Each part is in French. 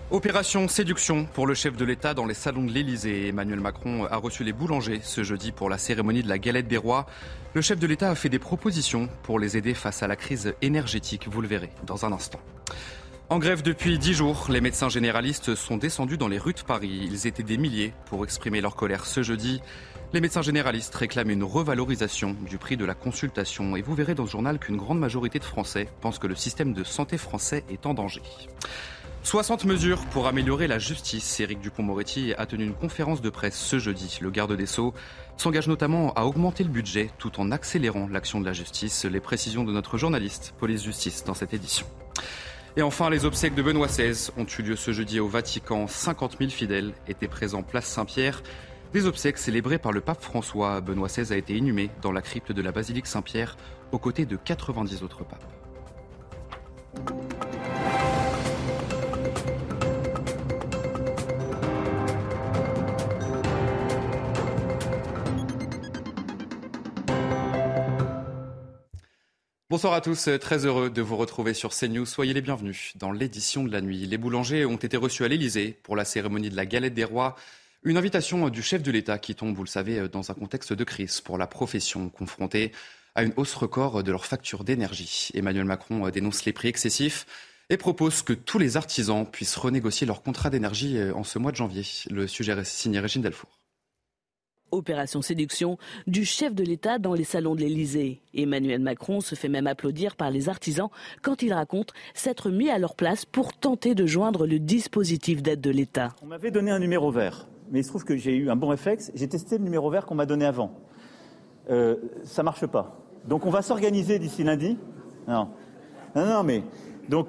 Opération séduction pour le chef de l'État dans les salons de l'Élysée. Emmanuel Macron a reçu les boulangers ce jeudi pour la cérémonie de la galette des rois. Le chef de l'État a fait des propositions pour les aider face à la crise énergétique. Vous le verrez dans un instant. En grève depuis 10 jours, les médecins généralistes sont descendus dans les rues de Paris. Ils étaient des milliers pour exprimer leur colère ce jeudi. Les médecins généralistes réclament une revalorisation du prix de la consultation. Et vous verrez dans ce journal qu'une grande majorité de Français pensent que le système de santé français est en danger. 60 mesures pour améliorer la justice. Éric Dupond-Moretti a tenu une conférence de presse ce jeudi. Le garde des Sceaux s'engage notamment à augmenter le budget tout en accélérant l'action de la justice. Les précisions de notre journaliste Police Justice dans cette édition. Et enfin, les obsèques de Benoît XVI ont eu lieu ce jeudi au Vatican. 50 000 fidèles étaient présents place Saint-Pierre. Des obsèques célébrées par le pape François. Benoît XVI a été inhumé dans la crypte de la basilique Saint-Pierre aux côtés de 90 autres papes. Bonsoir à tous, très heureux de vous retrouver sur CNews. Soyez les bienvenus dans l'édition de la nuit. Les boulangers ont été reçus à l'Élysée pour la cérémonie de la galette des rois. Une invitation du chef de l'État qui tombe, vous le savez, dans un contexte de crise pour la profession confrontée à une hausse record de leurs factures d'énergie. Emmanuel Macron dénonce les prix excessifs et propose que tous les artisans puissent renégocier leur contrat d'énergie en ce mois de janvier. Le sujet est signé Régine Delfour. Opération séduction du chef de l'État dans les salons de l'Élysée. Emmanuel Macron se fait même applaudir par les artisans quand il raconte s'être mis à leur place pour tenter de joindre le dispositif d'aide de l'État. On m'avait donné un numéro vert, mais il se trouve que j'ai eu un bon réflexe. J'ai testé le numéro vert qu'on m'a donné avant. Ça marche pas. Donc on va s'organiser d'ici lundi. Non, mais... Donc,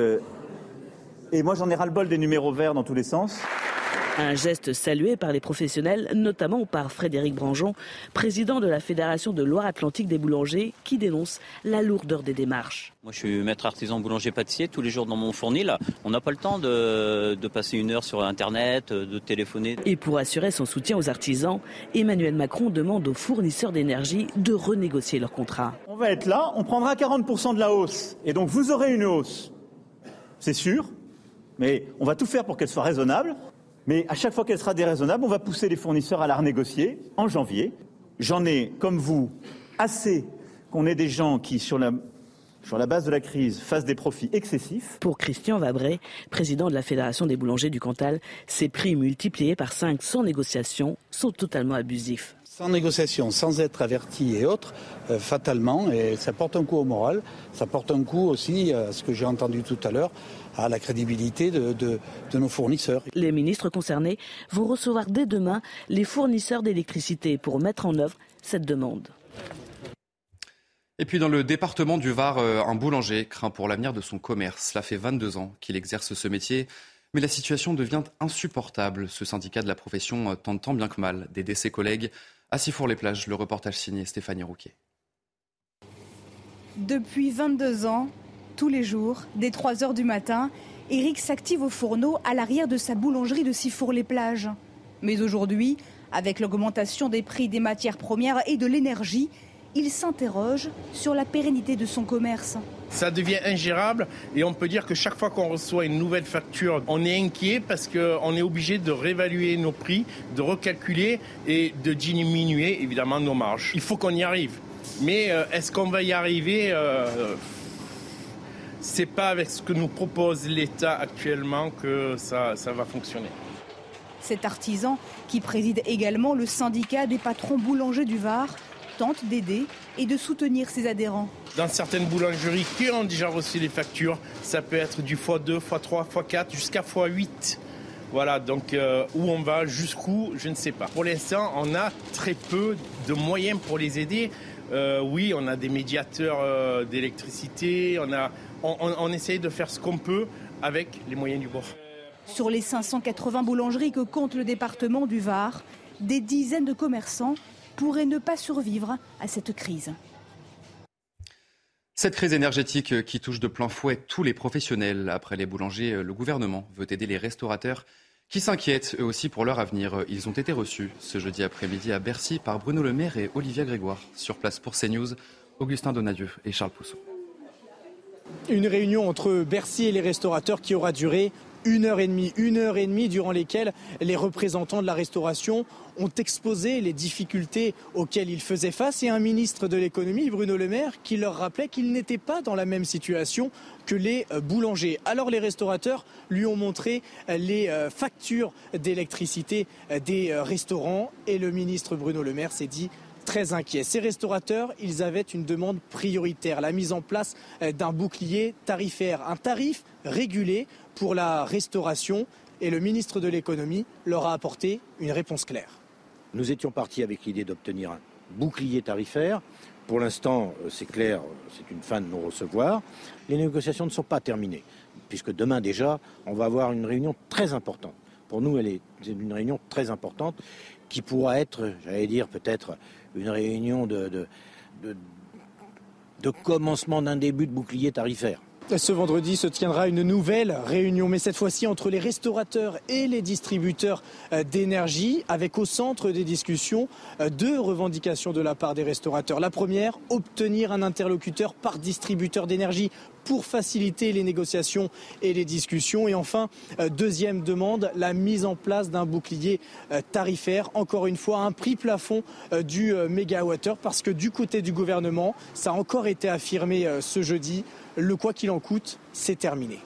et moi j'en ai ras-le-bol des numéros verts dans tous les sens. Un geste salué par les professionnels, notamment par Frédéric Branjon, président de la Fédération de Loire-Atlantique des boulangers, qui dénonce la lourdeur des démarches. Moi, je suis maître artisan boulanger-pâtissier tous les jours dans mon fournil. On n'a pas le temps de passer une heure sur Internet, de téléphoner. Et pour assurer son soutien aux artisans, Emmanuel Macron demande aux fournisseurs d'énergie de renégocier leur contrat. On va être là, on prendra 40% de la hausse. Et donc vous aurez une hausse, c'est sûr, mais on va tout faire pour qu'elle soit raisonnable. Mais à chaque fois qu'elle sera déraisonnable, on va pousser les fournisseurs à la renégocier en janvier. J'en ai, comme vous, assez qu'on ait des gens qui, sur la base de la crise, fassent des profits excessifs. Pour Christian Vabret, président de la Fédération des boulangers du Cantal, ces prix multipliés par 5 sans négociation sont totalement abusifs. Sans négociation, sans être averti et autres, fatalement, et ça porte un coup au moral, ça porte un coup aussi à ce que j'ai entendu tout à l'heure, à la crédibilité de nos fournisseurs. Les ministres concernés vont recevoir dès demain les fournisseurs d'électricité pour mettre en œuvre cette demande. Et puis dans le département du Var, un boulanger craint pour l'avenir de son commerce. Cela fait 22 ans qu'il exerce ce métier, mais la situation devient insupportable. Ce syndicat de la profession tente tant bien que mal d'aider ses collègues. À Sifour-les-Plages, le reportage signé Stéphanie Rouquet. Depuis 22 ans, tous les jours, dès 3 heures du matin, Éric s'active au fourneau à l'arrière de sa boulangerie de Sifour-les-Plages. Mais aujourd'hui, avec l'augmentation des prix des matières premières et de l'énergie, il s'interroge sur la pérennité de son commerce. Ça devient ingérable et on peut dire que chaque fois qu'on reçoit une nouvelle facture, on est inquiet parce qu'on est obligé de réévaluer nos prix, de recalculer et de diminuer évidemment nos marges. Il faut qu'on y arrive. Mais est-ce qu'on va y arriver C'est pas avec ce que nous propose l'État actuellement que ça va fonctionner. Cet artisan, qui préside également le syndicat des patrons boulangers du Var, tente d'aider et de soutenir ses adhérents. Dans certaines boulangeries qui ont déjà reçu les factures, ça peut être du x2, x3, x4 jusqu'à x8. Voilà, donc où on va, jusqu'où, je ne sais pas. Pour l'instant, on a très peu de moyens pour les aider. Oui, on a des médiateurs d'électricité, on essaye de faire ce qu'on peut avec les moyens du bord. Sur les 580 boulangeries que compte le département du Var, des dizaines de commerçants pourraient ne pas survivre à cette crise. Cette crise énergétique qui touche de plein fouet tous les professionnels. Après les boulangers, le gouvernement veut aider les restaurateurs qui s'inquiètent eux aussi pour leur avenir. Ils ont été reçus ce jeudi après-midi à Bercy par Bruno Le Maire et Olivia Grégoire. Sur place pour CNews, Augustin Donadieu et Charles Pousseau. Une réunion entre Bercy et les restaurateurs qui aura duré Une heure et demie durant lesquelles les représentants de la restauration ont exposé les difficultés auxquelles ils faisaient face et un ministre de l'économie, Bruno Le Maire, qui leur rappelait qu'ils n'étaient pas dans la même situation que les boulangers. Alors les restaurateurs lui ont montré les factures d'électricité des restaurants et le ministre Bruno Le Maire s'est dit très inquiet. Ces restaurateurs, ils avaient une demande prioritaire, la mise en place d'un bouclier tarifaire, un tarif régulé pour la restauration et le ministre de l'économie leur a apporté une réponse claire. Nous étions partis avec l'idée d'obtenir un bouclier tarifaire. Pour l'instant, c'est clair, c'est une fin de non-recevoir. Les négociations ne sont pas terminées, puisque demain déjà, on va avoir une réunion très importante. Pour nous, c'est une réunion très importante qui pourra être, j'allais dire, peut-être une réunion de commencement d'un début de bouclier tarifaire. Ce vendredi se tiendra une nouvelle réunion, mais cette fois-ci entre les restaurateurs et les distributeurs d'énergie, avec au centre des discussions deux revendications de la part des restaurateurs. La première, obtenir un interlocuteur par distributeur d'énergie pour faciliter les négociations et les discussions. Et enfin, deuxième demande, la mise en place d'un bouclier tarifaire. Encore une fois, un prix plafond du mégawattheure, parce que du côté du gouvernement, ça a encore été affirmé ce jeudi. Le quoi qu'il en coûte, c'est terminé.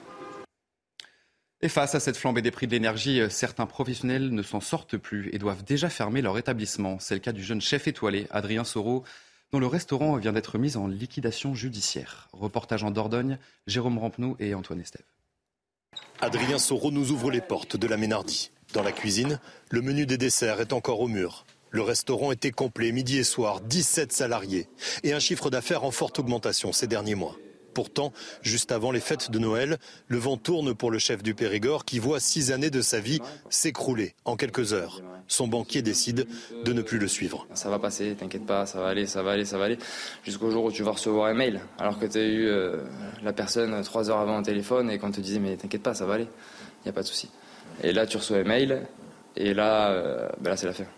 Et face à cette flambée des prix de l'énergie, certains professionnels ne s'en sortent plus et doivent déjà fermer leur établissement. C'est le cas du jeune chef étoilé, Adrien Soro, dont le restaurant vient d'être mis en liquidation judiciaire. Reportage en Dordogne, Jérôme Rampenou et Antoine Estève. Adrien Soro nous ouvre les portes de la Ménardie. Dans la cuisine, le menu des desserts est encore au mur. Le restaurant était complet midi et soir, 17 salariés et un chiffre d'affaires en forte augmentation ces derniers mois. Pourtant, juste avant les fêtes de Noël, le vent tourne pour le chef du Périgord qui voit 6 années de sa vie s'écrouler en quelques heures. Son banquier décide de ne plus le suivre. Ça va passer, t'inquiète pas, ça va aller. Jusqu'au jour où tu vas recevoir un mail, alors que tu as eu la personne 3 heures avant au téléphone et qu'on te disait mais t'inquiète pas, ça va aller, il n'y a pas de souci. Et là tu reçois un mail et là, là c'est la fin.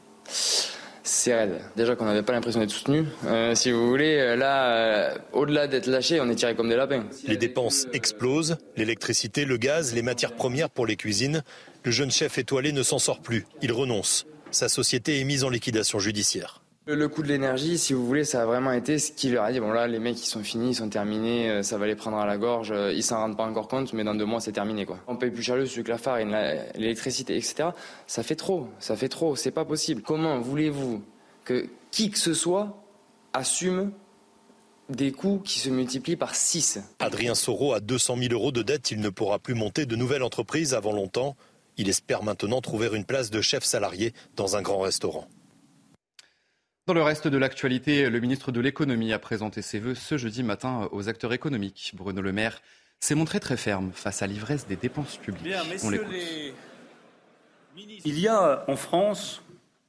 C'est raide. Déjà qu'on n'avait pas l'impression d'être soutenu. Si vous voulez, là, au-delà d'être lâché, on est tiré comme des lapins. Les dépenses explosent, l'électricité, le gaz, les matières premières pour les cuisines. Le jeune chef étoilé ne s'en sort plus, il renonce. Sa société est mise en liquidation judiciaire. Le coût de l'énergie, si vous voulez, ça a vraiment été ce qui leur a dit. Bon là, les mecs, ils sont finis, ils sont terminés, ça va les prendre à la gorge. Ils s'en rendent pas encore compte, mais dans 2 mois, c'est terminé, quoi. On paye plus cher le sucre, la farine, l'électricité, etc. Ça fait trop, c'est pas possible. Comment voulez-vous que qui que ce soit assume des coûts qui se multiplient par 6 ? Adrien Soro a 200 000 € de dette. Il ne pourra plus monter de nouvelles entreprises avant longtemps. Il espère maintenant trouver une place de chef salarié dans un grand restaurant. Dans le reste de l'actualité, le ministre de l'économie a présenté ses vœux ce jeudi matin aux acteurs économiques. Bruno Le Maire s'est montré très ferme face à l'ivresse des dépenses publiques. Bien, messieurs les ministres, il y a en France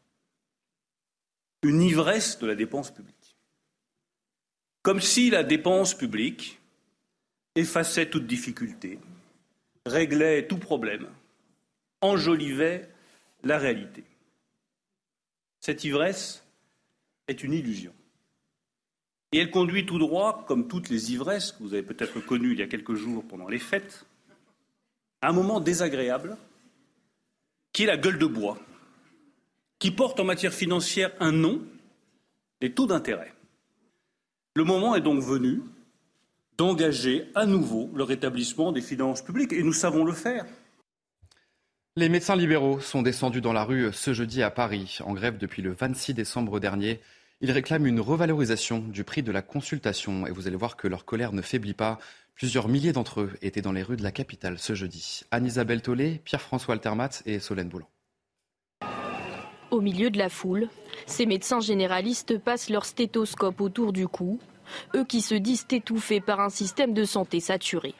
une ivresse de la dépense publique. Comme si la dépense publique effaçait toute difficulté, réglait tout problème, enjolivait la réalité. Cette ivresse est une illusion. Et elle conduit tout droit, comme toutes les ivresses que vous avez peut-être connues il y a quelques jours pendant les fêtes, à un moment désagréable qui est la gueule de bois, qui porte en matière financière un nom, les taux d'intérêt. Le moment est donc venu d'engager à nouveau le rétablissement des finances publiques, et nous savons le faire. Les médecins libéraux sont descendus dans la rue ce jeudi à Paris, en grève depuis le 26 décembre dernier. Ils réclament une revalorisation du prix de la consultation et vous allez voir que leur colère ne faiblit pas. Plusieurs milliers d'entre eux étaient dans les rues de la capitale ce jeudi. Anne-Isabelle Tollet, Pierre-François Altermat et Solène Boulan. Au milieu de la foule, ces médecins généralistes passent leur stéthoscope autour du cou, eux qui se disent étouffés par un système de santé saturé.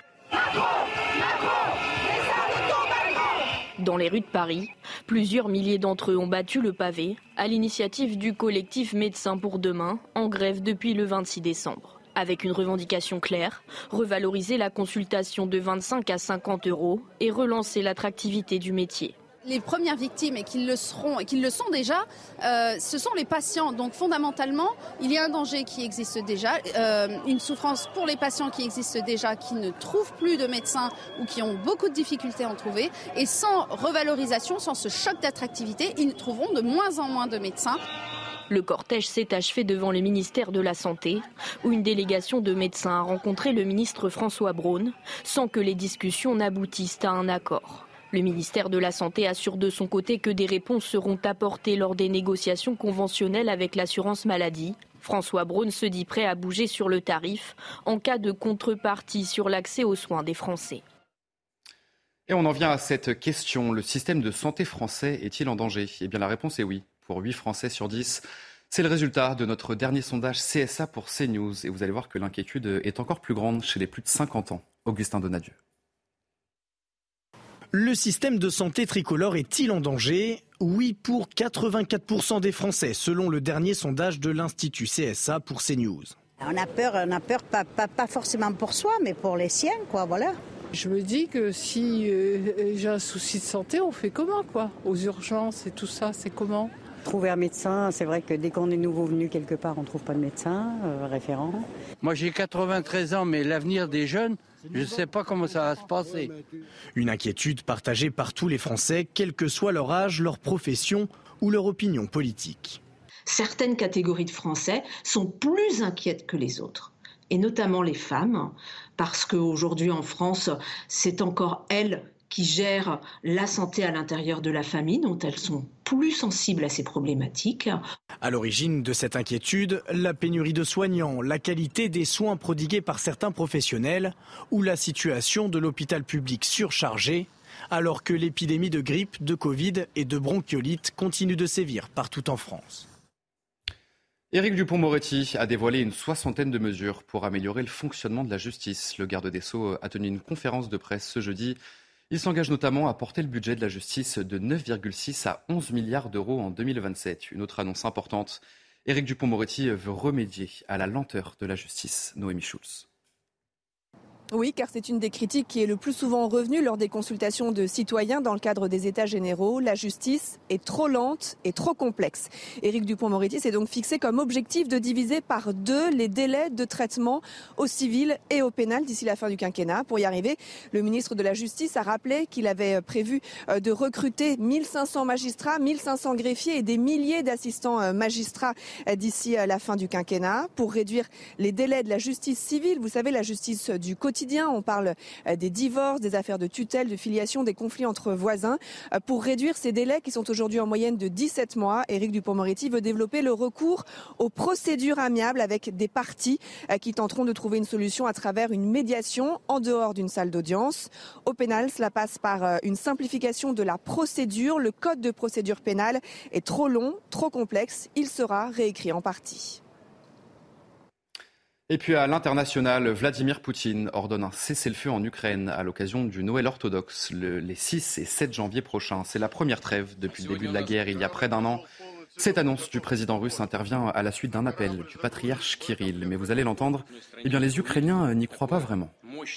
Dans les rues de Paris, plusieurs milliers d'entre eux ont battu le pavé à l'initiative du collectif Médecins pour demain, en grève depuis le 26 décembre. Avec une revendication claire, revaloriser la consultation de 25 à 50 € et relancer l'attractivité du métier. Les premières victimes, et qu'ils le seront, et qu'ils le sont déjà, ce sont les patients. Donc fondamentalement, il y a un danger qui existe déjà, une souffrance pour les patients qui existent déjà, qui ne trouvent plus de médecins ou qui ont beaucoup de difficultés à en trouver. Et sans revalorisation, sans ce choc d'attractivité, ils trouveront de moins en moins de médecins. Le cortège s'est achevé devant le ministère de la Santé, où une délégation de médecins a rencontré le ministre François Braun, sans que les discussions n'aboutissent à un accord. Le ministère de la Santé assure de son côté que des réponses seront apportées lors des négociations conventionnelles avec l'assurance maladie. François Braun se dit prêt à bouger sur le tarif en cas de contrepartie sur l'accès aux soins des Français. Et on en vient à cette question. Le système de santé français est-il en danger ? Eh bien la réponse est oui. Pour 8 Français sur 10. C'est le résultat de notre dernier sondage CSA pour CNews. Et vous allez voir que l'inquiétude est encore plus grande chez les plus de 50 ans. Augustin Donadieu. Le système de santé tricolore est-il en danger ? Oui, pour 84% des Français, selon le dernier sondage de l'Institut CSA pour CNews. On a peur pas forcément pour soi, mais pour les siens, quoi, voilà. Je me dis que si j'ai un souci de santé, on fait comment, quoi ? Aux urgences et tout ça, c'est comment ? Trouver un médecin, c'est vrai que dès qu'on est nouveau venu quelque part, on ne trouve pas de médecin référent. Moi j'ai 93 ans, mais l'avenir des jeunes, je ne sais pas comment ça va se passer. Une inquiétude partagée par tous les Français, quel que soit leur âge, leur profession ou leur opinion politique. Certaines catégories de Français sont plus inquiètes que les autres, et notamment les femmes, parce qu'aujourd'hui en France, c'est encore elles qui gèrent la santé à l'intérieur de la famille, dont elles sont plus sensibles à ces problématiques. À l'origine de cette inquiétude, la pénurie de soignants, la qualité des soins prodigués par certains professionnels ou la situation de l'hôpital public surchargé, alors que l'épidémie de grippe, de Covid et de bronchiolite continue de sévir partout en France. Éric Dupond-Moretti a dévoilé une 60aine de mesures pour améliorer le fonctionnement de la justice. Le garde des Sceaux a tenu une conférence de presse ce jeudi. Il s'engage notamment à porter le budget de la justice de 9,6 à 11 milliards d'euros en 2027. Une autre annonce importante, Éric Dupond-Moretti veut remédier à la lenteur de la justice. Noémie Schulz. Oui, car c'est une des critiques qui est le plus souvent revenue lors des consultations de citoyens dans le cadre des États généraux. La justice est trop lente et trop complexe. Éric Dupond-Moretti s'est donc fixé comme objectif de diviser par 2 les délais de traitement au civil et au pénal d'ici la fin du quinquennat. Pour y arriver, le ministre de la Justice a rappelé qu'il avait prévu de recruter 1500 magistrats, 1500 greffiers et des milliers d'assistants magistrats d'ici la fin du quinquennat pour réduire les délais de la justice civile. Vous savez, la justice du quotidien. On parle des divorces, des affaires de tutelle, de filiation, des conflits entre voisins. Pour réduire ces délais qui sont aujourd'hui en moyenne de 17 mois, Éric Dupond-Moretti veut développer le recours aux procédures amiables avec des parties qui tenteront de trouver une solution à travers une médiation en dehors d'une salle d'audience. Au pénal, cela passe par une simplification de la procédure. Le code de procédure pénale est trop long, trop complexe. Il sera réécrit en partie. Et puis à l'international, Vladimir Poutine ordonne un cessez-le-feu en Ukraine à l'occasion du Noël orthodoxe les 6 et 7 janvier prochains. C'est la première trêve depuis le début de la guerre il y a près d'un an. Cette annonce du président russe intervient à la suite d'un appel du patriarche Kirill. Mais vous allez l'entendre, eh bien les Ukrainiens n'y croient pas vraiment.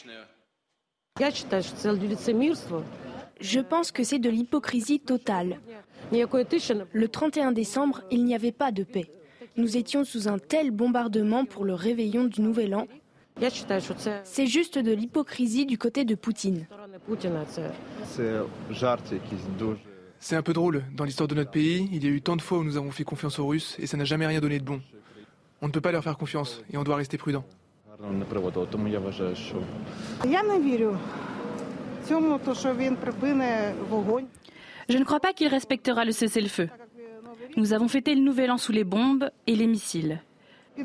Je pense que c'est de l'hypocrisie totale. Le 31 décembre, il n'y avait pas de paix. Nous étions sous un tel bombardement pour le réveillon du Nouvel An. C'est juste de l'hypocrisie du côté de Poutine. C'est un peu drôle. Dans l'histoire de notre pays, il y a eu tant de fois où nous avons fait confiance aux Russes et ça n'a jamais rien donné de bon. On ne peut pas leur faire confiance et on doit rester prudent. Je ne crois pas qu'il respectera le cessez-le-feu. Nous avons fêté le Nouvel An sous les bombes et les missiles. Je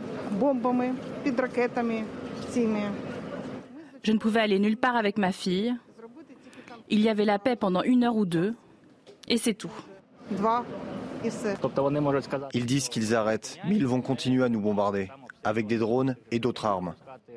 ne pouvais aller nulle part avec ma fille. Il y avait la paix pendant 1 heure ou 2, et c'est tout. Ils disent qu'ils arrêtent, mais ils vont continuer à nous bombarder, avec des drones et d'autres armes.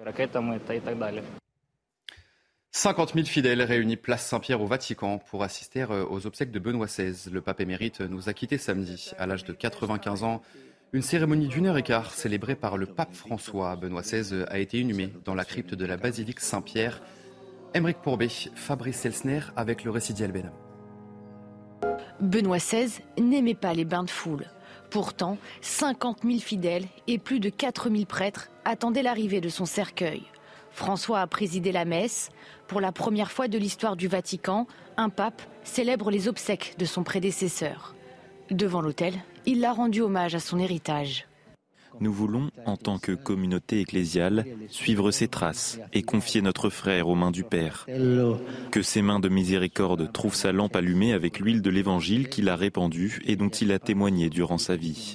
50 000 fidèles réunis place Saint-Pierre au Vatican pour assister aux obsèques de Benoît XVI. Le pape émérite nous a quittés samedi à l'âge de 95 ans. Une cérémonie d'1h15 célébrée par le pape François. Benoît XVI a été inhumé dans la crypte de la basilique Saint-Pierre. Aymeric Pourbet, Fabrice Elsner avec le récit d'El Benham. Benoît XVI n'aimait pas les bains de foule. Pourtant, 50 000 fidèles et plus de 4 000 prêtres attendaient l'arrivée de son cercueil. François a présidé la messe. Pour la première fois de l'histoire du Vatican, un pape célèbre les obsèques de son prédécesseur. Devant l'autel, il a rendu hommage à son héritage. Nous voulons, en tant que communauté ecclésiale, suivre ses traces et confier notre frère aux mains du Père. Que ses mains de miséricorde trouvent sa lampe allumée avec l'huile de l'Évangile qu'il a répandue et dont il a témoigné durant sa vie.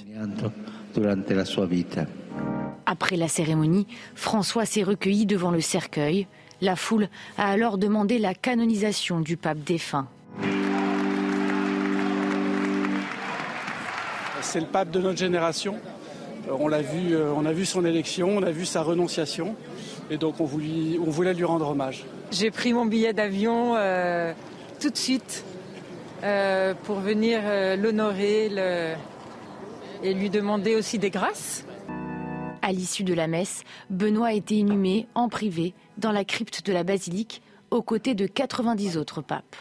Après la cérémonie, François s'est recueilli devant le cercueil. La foule a alors demandé la canonisation du pape défunt. C'est le pape de notre génération. On a vu son élection, on a vu sa renonciation, et donc on voulait lui rendre hommage. J'ai pris mon billet d'avion tout de suite pour venir l'honorer et lui demander aussi des grâces. À l'issue de la messe, Benoît a été inhumé en privé dans la crypte de la basilique, aux côtés de 90 autres papes.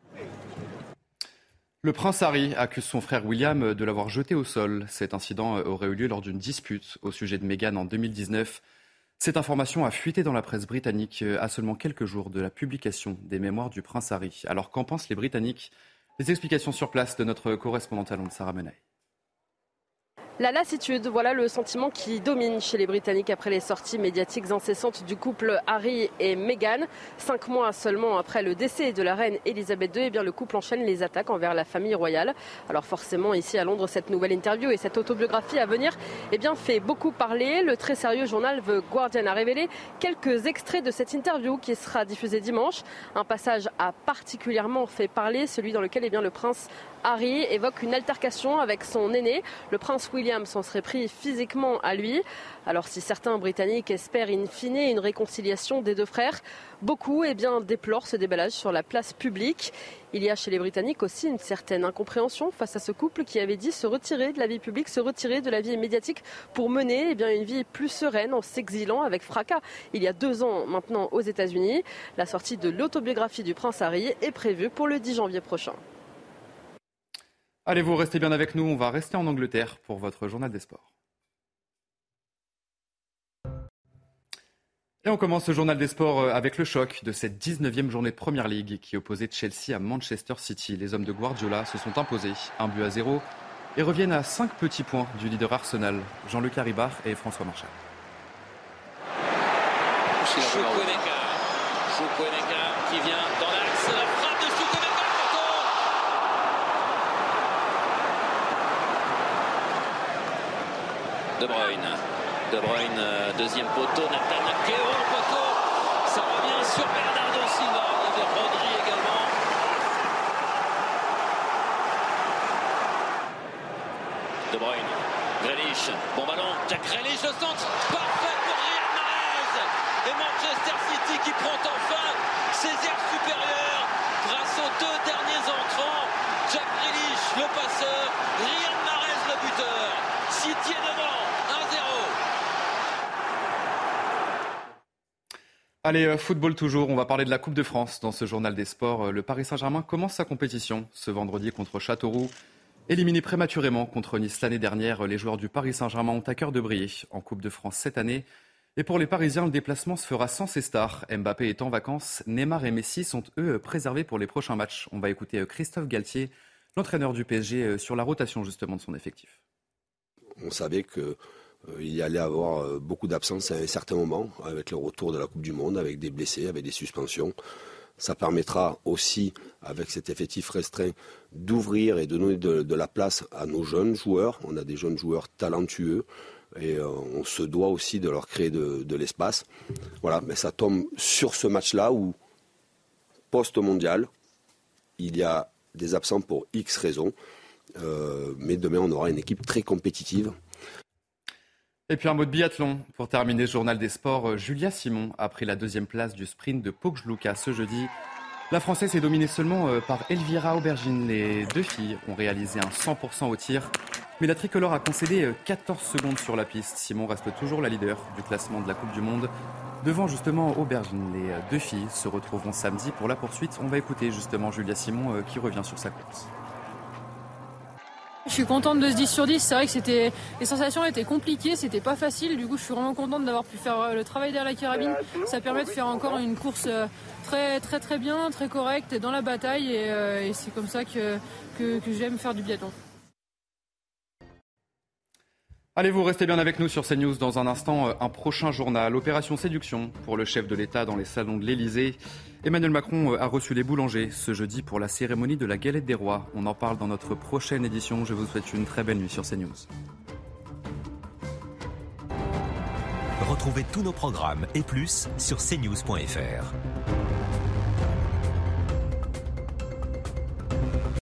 Le prince Harry accuse son frère William de l'avoir jeté au sol. Cet incident aurait eu lieu lors d'une dispute au sujet de Meghan en 2019. Cette information a fuité dans la presse britannique à seulement quelques jours de la publication des mémoires du prince Harry. Alors qu'en pensent les Britanniques ? Les explications sur place de notre correspondante à Londres, Sarah Menaille. La lassitude, voilà le sentiment qui domine chez les Britanniques après les sorties médiatiques incessantes du couple Harry et Meghan. 5 mois seulement après le décès de la reine Elisabeth II, le couple enchaîne les attaques envers la famille royale. Alors forcément, ici à Londres, cette nouvelle interview et cette autobiographie à venir fait beaucoup parler. Le très sérieux journal The Guardian a révélé quelques extraits de cette interview qui sera diffusée dimanche. Un passage a particulièrement fait parler, celui dans lequel le prince Harry évoque une altercation avec son aîné. Le prince William s'en serait pris physiquement à lui. Alors si certains Britanniques espèrent in fine une réconciliation des deux frères, beaucoup déplorent ce déballage sur la place publique. Il y a chez les Britanniques aussi une certaine incompréhension face à ce couple qui avait dit se retirer de la vie publique, se retirer de la vie médiatique pour mener une vie plus sereine en s'exilant avec fracas. Il y a 2 ans maintenant aux États-Unis. La sortie de l'autobiographie du prince Harry est prévue pour le 10 janvier prochain. Allez, vous restez bien avec nous, on va rester en Angleterre pour votre journal des sports. Et on commence ce journal des sports avec le choc de cette 19e journée de Premier League qui opposait Chelsea à Manchester City. Les hommes de Guardiola se sont imposés 1-0 et reviennent à 5 petits points du leader Arsenal, Jean-Luc Haribard et François Marchal. Chukwuemeka qui vient dans l'axe, la frappe de Chukwuemeka. De Bruyne, deuxième poteau, Nathan Ake au poteau, ça revient sur Bernardo Silva, il y avait Rodri également. De Bruyne, Grealish, bon ballon, Jack Grealish, le centre, parfait pour Riyad Mahrez, et Manchester City qui prend enfin ses airs supérieurs grâce aux 2 derniers entrants, Jack Grealish, le passeur, Riyad Mahrez, le buteur. City est devant, 1-0. Allez, football toujours, on va parler de la Coupe de France dans ce journal des sports. Le Paris Saint-Germain commence sa compétition ce vendredi contre Châteauroux. Éliminés prématurément contre Nice l'année dernière, les joueurs du Paris Saint-Germain ont à cœur de briller en Coupe de France cette année. Et pour les Parisiens, le déplacement se fera sans ses stars. Mbappé est en vacances, Neymar et Messi sont eux préservés pour les prochains matchs. On va écouter Christophe Galtier, l'entraîneur du PSG, sur la rotation justement de son effectif. On savait qu'il y allait avoir beaucoup d'absences à un certain moment, avec le retour de la Coupe du Monde, avec des blessés, avec des suspensions. Ça permettra aussi, avec cet effectif restreint, d'ouvrir et de donner de la place à nos jeunes joueurs. On a des jeunes joueurs talentueux et on se doit aussi de leur créer de l'espace. Voilà, mais ça tombe sur ce match-là où, post-mondial, il y a des absents pour X raisons. Mais demain, on aura une équipe très compétitive. Et puis un mot de biathlon. Pour terminer ce journal des sports, Julia Simon a pris la 2e place du sprint de Pogluca ce jeudi. La Française est dominée seulement par Elvira Aubergine. Les 2 filles ont réalisé un 100% au tir. Mais la tricolore a concédé 14 secondes sur la piste. Simon reste toujours la leader du classement de la Coupe du Monde. Devant justement Aubergine, les 2 filles se retrouveront samedi pour la poursuite. On va écouter justement Julia Simon qui revient sur sa course. Je suis contente de ce 10 sur 10, c'est vrai que les sensations étaient compliquées, c'était pas facile, du coup je suis vraiment contente d'avoir pu faire le travail derrière la carabine. Ça permet de faire encore une course très très très bien, très correcte dans la bataille et c'est comme ça que j'aime faire du biathlon. Allez, vous restez bien avec nous sur CNews. Dans un instant, un prochain journal. Opération séduction pour le chef de l'État dans les salons de l'Élysée. Emmanuel Macron a reçu les boulangers ce jeudi pour la cérémonie de la galette des rois. On en parle dans notre prochaine édition. Je vous souhaite une très belle nuit sur CNews. Retrouvez tous nos programmes et plus sur cnews.fr.